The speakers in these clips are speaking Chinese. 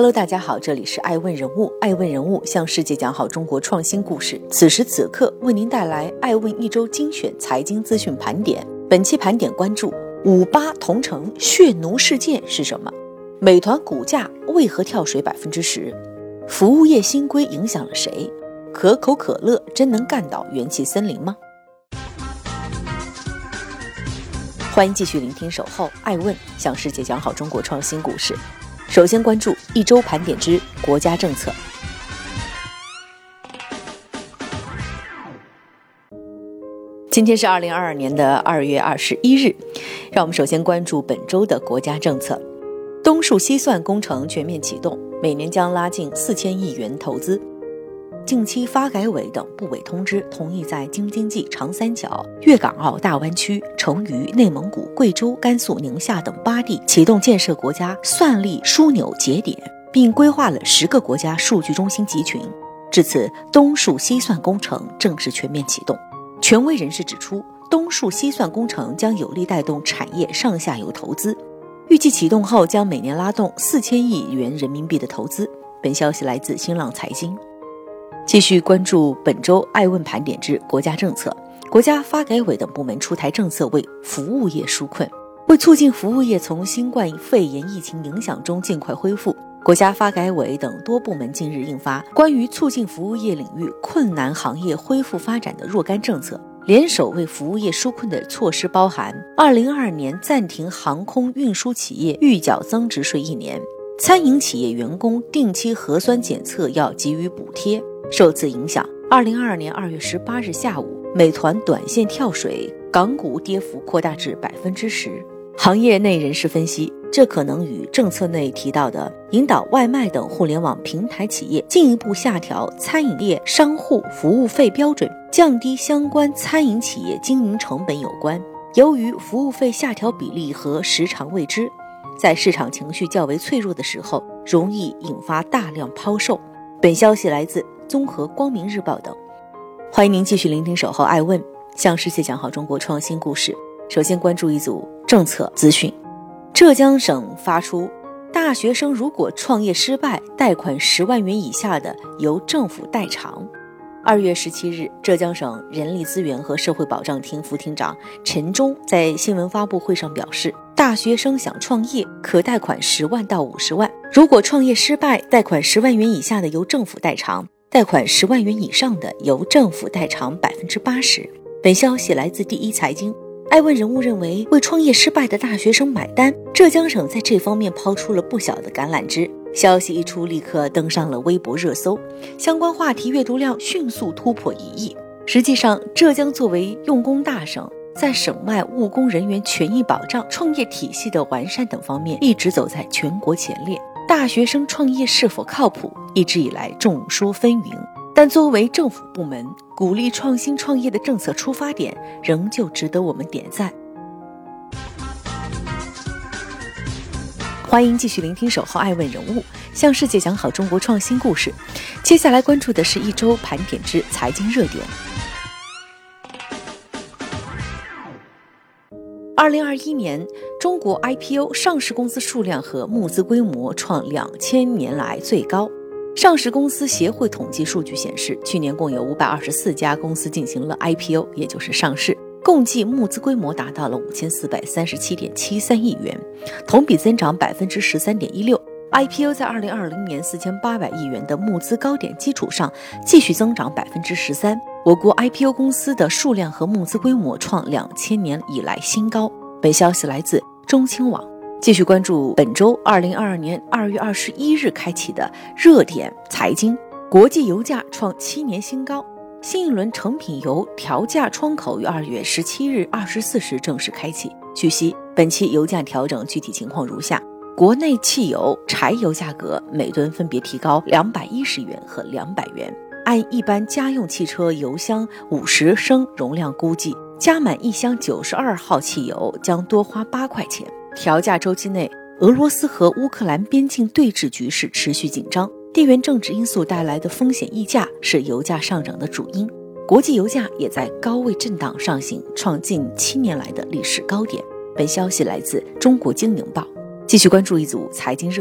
Hello， 大家好，这里是爱问人物，爱问人物向世界讲好中国创新故事。此时此刻为您带来爱问一周精选财经资讯盘点。本期盘点关注58同城血奴事件是什么？美团股价为何跳水 10%？ 服务业新规影响了谁？可口可乐真能干倒元气森林吗？欢迎继续聆听守候爱问向世界讲好中国创新故事。首先关注一周盘点之国家政策。今天是2022年的2月21日，让我们首先关注本周的国家政策。东数西算工程全面启动，每年将拉近4000亿元投资。近期发改委等部委通知，同意在京津冀、长三角、粤港澳大湾区、成渝、内蒙古、贵州、甘肃、宁夏等8地启动建设国家算力枢纽节点，并规划了10个国家数据中心集群。至此，东数西算工程正式全面启动。权威人士指出，东数西算工程将有力带动产业上下游投资，预计启动后将每年拉动4000亿元人民币的投资。本消息来自新浪财经。继续关注本周爱问盘点之国家政策。国家发改委等部门出台政策为服务业纾困。为促进服务业从新冠肺炎疫情影响中尽快恢复，国家发改委等多部门近日印发关于促进服务业领域困难行业恢复发展的若干政策。联手为服务业纾困的措施包含2022年暂停航空运输企业预缴增值税1年，餐饮企业员工定期核酸检测要给予补贴。受此影响，2022年2月18日下午，美团短线跳水，港股跌幅扩大至 10%。 行业内人士分析，这可能与政策内提到的引导外卖等互联网平台企业进一步下调餐饮业商户服务费标准，降低相关餐饮企业经营成本有关。由于服务费下调比例和时长未知，在市场情绪较为脆弱的时候，容易引发大量抛售。本消息来自综合光明日报等。欢迎您继续聆听守候爱问，向世界讲好中国创新故事。首先关注一组政策资讯。浙江省发出，大学生如果创业失败，贷款10万元以下的由政府代偿。2月17日，浙江省人力资源和社会保障厅副厅长陈忠在新闻发布会上表示，大学生想创业可贷款10万到50万，如果创业失败，贷款10万元以下的由政府代偿，贷款10万元以上的由政府代偿 80%。 本消息来自第一财经。爱问人物认为，为创业失败的大学生买单，浙江省在这方面抛出了不小的橄榄枝。消息一出，立刻登上了微博热搜，相关话题阅读量迅速突破1亿。实际上，浙江作为用工大省，在省外务工人员权益保障、创业体系的完善等方面一直走在全国前列。大学生创业是否靠谱，一直以来众说纷纭，但作为政府部门，鼓励创新创业的政策出发点仍旧值得我们点赞。欢迎继续聆听守候爱问人物，向世界讲好中国创新故事。接下来关注的是一周盘点之财经热点。2021年，中国 IPO 上市公司数量和募资规模创2000年来最高。上市公司协会统计数据显示，去年共有524家公司进行了 IPO， 也就是上市，共计募资规模达到了5437.73亿元，同比增长 13.16%。 IPO 在2020年4800亿元的募资高点基础上继续增长 13%。 我国 IPO 公司的数量和募资规模创2000年以来新高。本消息来自中青网。继续关注本周2022年2月21日开启的热点财经。国际油价创7年新高，新一轮成品油调价窗口于2月17日24时正式开启。据悉，本期油价调整具体情况如下：国内汽油、柴油价格每吨分别提高210元和200元。按一般家用汽车油箱50升容量估计，加满1箱92号汽油将多花8块钱。调价周期内，俄罗斯和乌克兰边境对峙局势持续紧张，地缘政治因素带来的风险溢价是油价上涨的主因。国际油价也在高位震荡上行，创近7年来的历史高点。本消息来自中国经营报。继续关注一组财经热点。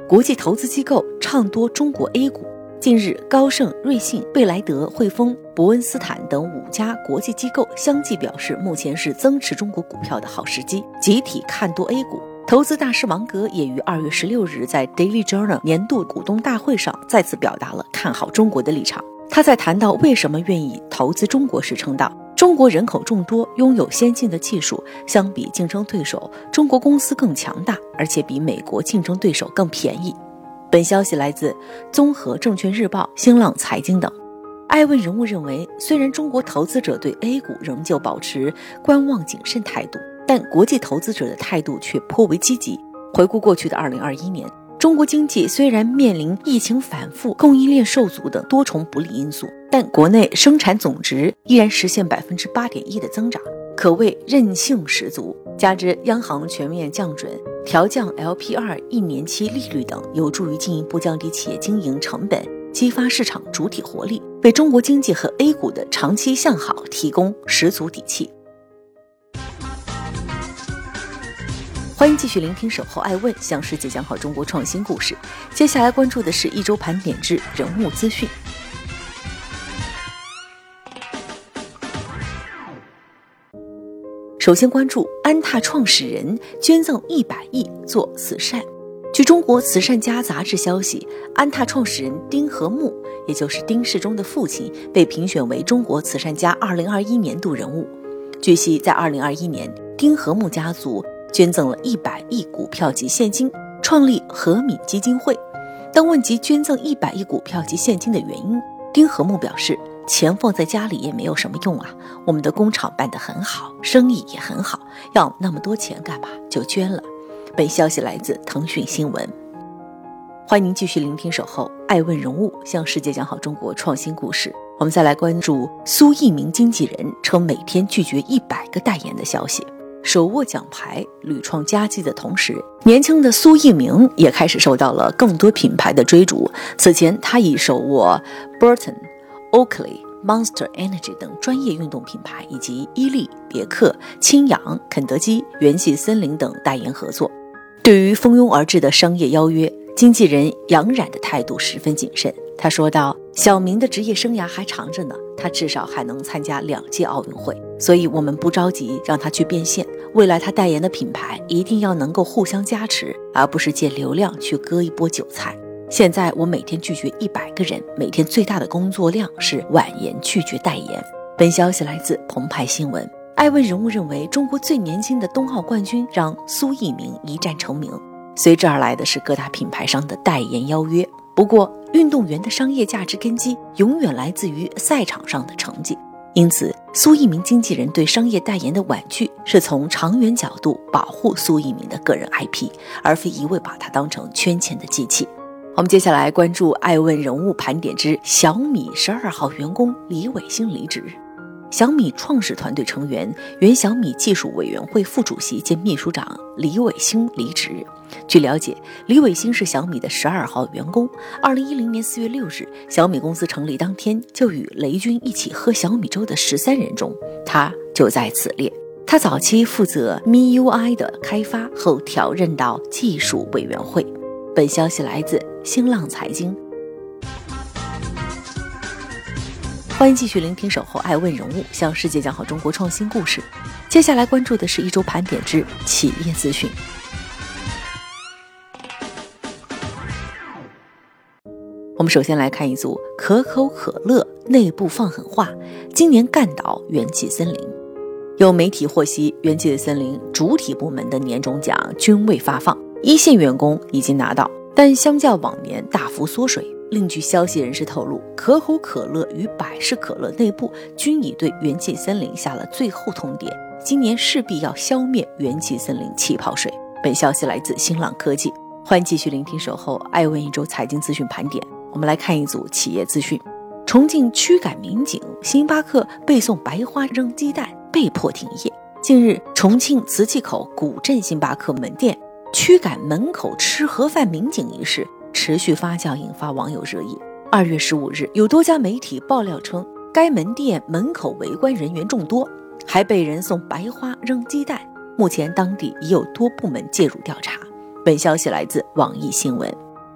国际投资机构唱多中国 A 股。近日，高盛、瑞信、贝莱德、汇丰、伯恩斯坦等5家国际机构相继表示，目前是增持中国股票的好时机，集体看多 A 股。投资大师芒格也于2月16日在 Daily Journal 年度股东大会上再次表达了看好中国的立场。他在谈到为什么愿意投资中国时称道，中国人口众多，拥有先进的技术，相比竞争对手，中国公司更强大，而且比美国竞争对手更便宜。本消息来自综合证券日报、新浪财经等。爱问人物认为，虽然中国投资者对 A 股仍旧保持观望谨慎态度，但国际投资者的态度却颇为积极。回顾过去的2021年，中国经济虽然面临疫情反复、供应链受阻等多重不利因素，但国内生产总值依然实现 8.1% 的增长，可谓韧性十足。加之央行全面降准、调降 LPR 1年期利率等，有助于进一步降低企业经营成本，激发市场主体活力，为中国经济和 A 股的长期向好提供十足底气。欢迎继续聆听守候爱问，向世界讲好中国创新故事。接下来关注的是一周盘点之人物资讯。首先关注安踏创始人捐赠100亿做慈善。据中国慈善家杂志消息，安踏创始人丁和睦，也就是丁世忠的父亲，被评选为中国慈善家2021年度人物。据悉，在2021年，丁和睦家族捐赠了100亿股票及现金，创立和敏基金会。当问及捐赠100亿股票及现金的原因，丁和睦表示，钱放在家里也没有什么用啊，我们的工厂办得很好，生意也很好，要那么多钱干嘛，就捐了。本消息来自腾讯新闻。欢迎您继续聆听守候爱问人物，向世界讲好中国创新故事。我们再来关注苏翊鸣经纪人称每天拒绝100个代言的消息。手握奖牌屡创佳绩的同时，年轻的苏翊鸣也开始受到了更多品牌的追逐。此前他已手握 Burton、Oakley、Monster Energy 等专业运动品牌，以及伊利、别克、青扬、肯德基、元气森林等代言合作。对于蜂拥而至的商业邀约，经纪人杨冉的态度十分谨慎。他说道，小明的职业生涯还长着呢，他至少还能参加2届奥运会，所以我们不着急让他去变现，未来他代言的品牌一定要能够互相加持，而不是借流量去割一波韭菜。现在我每天拒绝100个人，每天最大的工作量是婉言拒绝代言。本消息来自澎湃新闻。爱问人物认为，中国最年轻的冬奥冠军让苏翊鸣一战成名，随之而来的是各大品牌商的代言邀约。不过，运动员的商业价值根基永远来自于赛场上的成绩，因此苏翊鸣经纪人对商业代言的婉拒是从长远角度保护苏翊鸣的个人 IP， 而非一味把它当成圈钱的机器。我们接下来关注爱问人物盘点之小米12号员工李伟星离职。小米创始团队成员、原小米技术委员会副主席兼秘书长李伟星离职。据了解，李伟星是小米的12号员工。2010年4月6日，小米公司成立当天，就与雷军一起喝小米粥的13人中，他就在此列。他早期负责 MIUI 的开发，后调任到技术委员会。本消息来自新浪财经。欢迎继续聆听守候爱问人物，向世界讲好中国创新故事。接下来关注的是一周盘点之企业资讯。我们首先来看一组可口可乐内部放狠话，今年干倒元气森林。有媒体获悉，元气森林主体部门的年终奖均未发放，一线员工已经拿到，但相较往年大幅缩水。另据消息人士透露，可口可乐与百事可乐内部均已对元气森林下了最后通牒，今年势必要消灭元气森林气泡水。本消息来自新浪科技。欢迎继续聆听守候爱问一周财经资讯盘点。我们来看一组企业资讯。重庆驱赶民警，星巴克背诵白花扔鸡蛋被迫停业。近日，重庆磁器口古镇星巴克门店驱赶门口吃盒饭民警一事持续发酵，引发网友热议。2月15日，有多家媒体爆料称，该门店门口围观人员众多，还被人送白花扔鸡蛋。目前当地已有多部门介入调查。本消息来自网易新闻。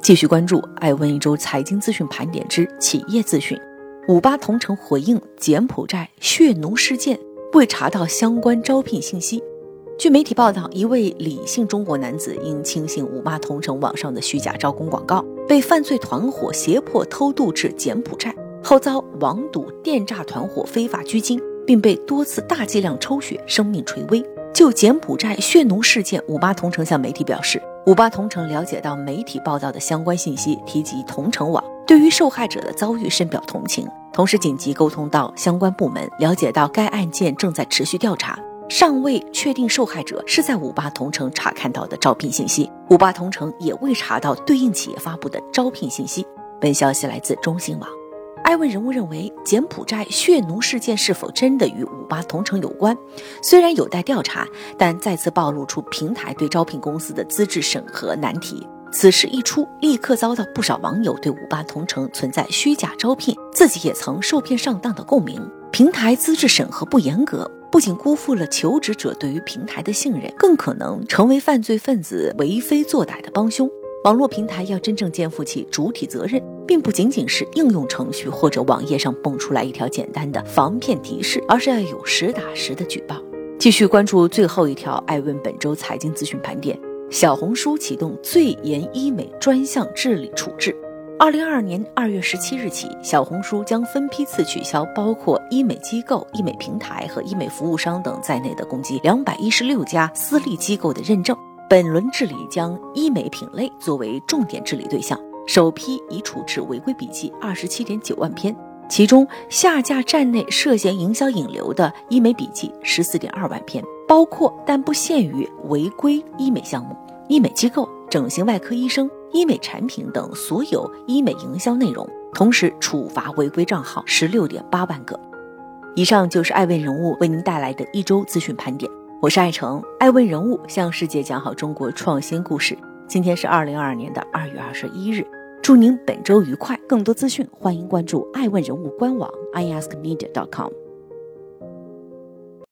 继续关注爱问一周财经资讯盘点之企业资讯。58同城回应柬埔寨血奴事件，未查到相关招聘信息。据媒体报道，一位李姓中国男子因轻信58同城网上的虚假招工广告，被犯罪团伙胁迫偷渡至柬埔寨，后遭网赌电诈团伙非法拘禁，并被多次大剂量抽血，生命垂危。就柬埔寨血奴事件，58同城向媒体表示，58同城了解到媒体报道的相关信息，提及同城网，对于受害者的遭遇深表同情，同时紧急沟通到相关部门，了解到该案件正在持续调查，尚未确定受害者是在58同城查看到的招聘信息，58同城也未查到对应企业发布的招聘信息。本消息来自中新网。爱问人物认为，柬埔寨血奴事件是否真的与58同城有关，虽然有待调查，但再次暴露出平台对招聘公司的资质审核难题。此事一出，立刻遭到不少网友对58同城存在虚假招聘，自己也曾受骗上当的共鸣。平台资质审核不严格，不仅辜负了求职者对于平台的信任，更可能成为犯罪分子为非作歹的帮凶。网络平台要真正肩负起主体责任，并不仅仅是应用程序或者网页上蹦出来一条简单的防骗提示，而是要有实打实的举报。继续关注最后一条爱问本周财经资讯盘点。小红书启动最严医美专项治理处置。2022年2月17日起，小红书将分批次取消包括医美机构、医美平台和医美服务商等在内的共计216家私立机构的认证。本轮治理将医美品类作为重点治理对象，首批已处置违规笔记27.9万篇，其中下架站内涉嫌营销引流的医美笔记14.2万篇，包括但不限于违规医美项目、医美机构、整形外科医生、医美产品等所有医美营销内容，同时处罚违规账号16.8万个。以上就是爱问人物为您带来的一周资讯盘点，我是爱成，爱问人物向世界讲好中国创新故事。今天是2022年的2月21日，祝您本周愉快。更多资讯欢迎关注爱问人物官网 iaskmedia.com。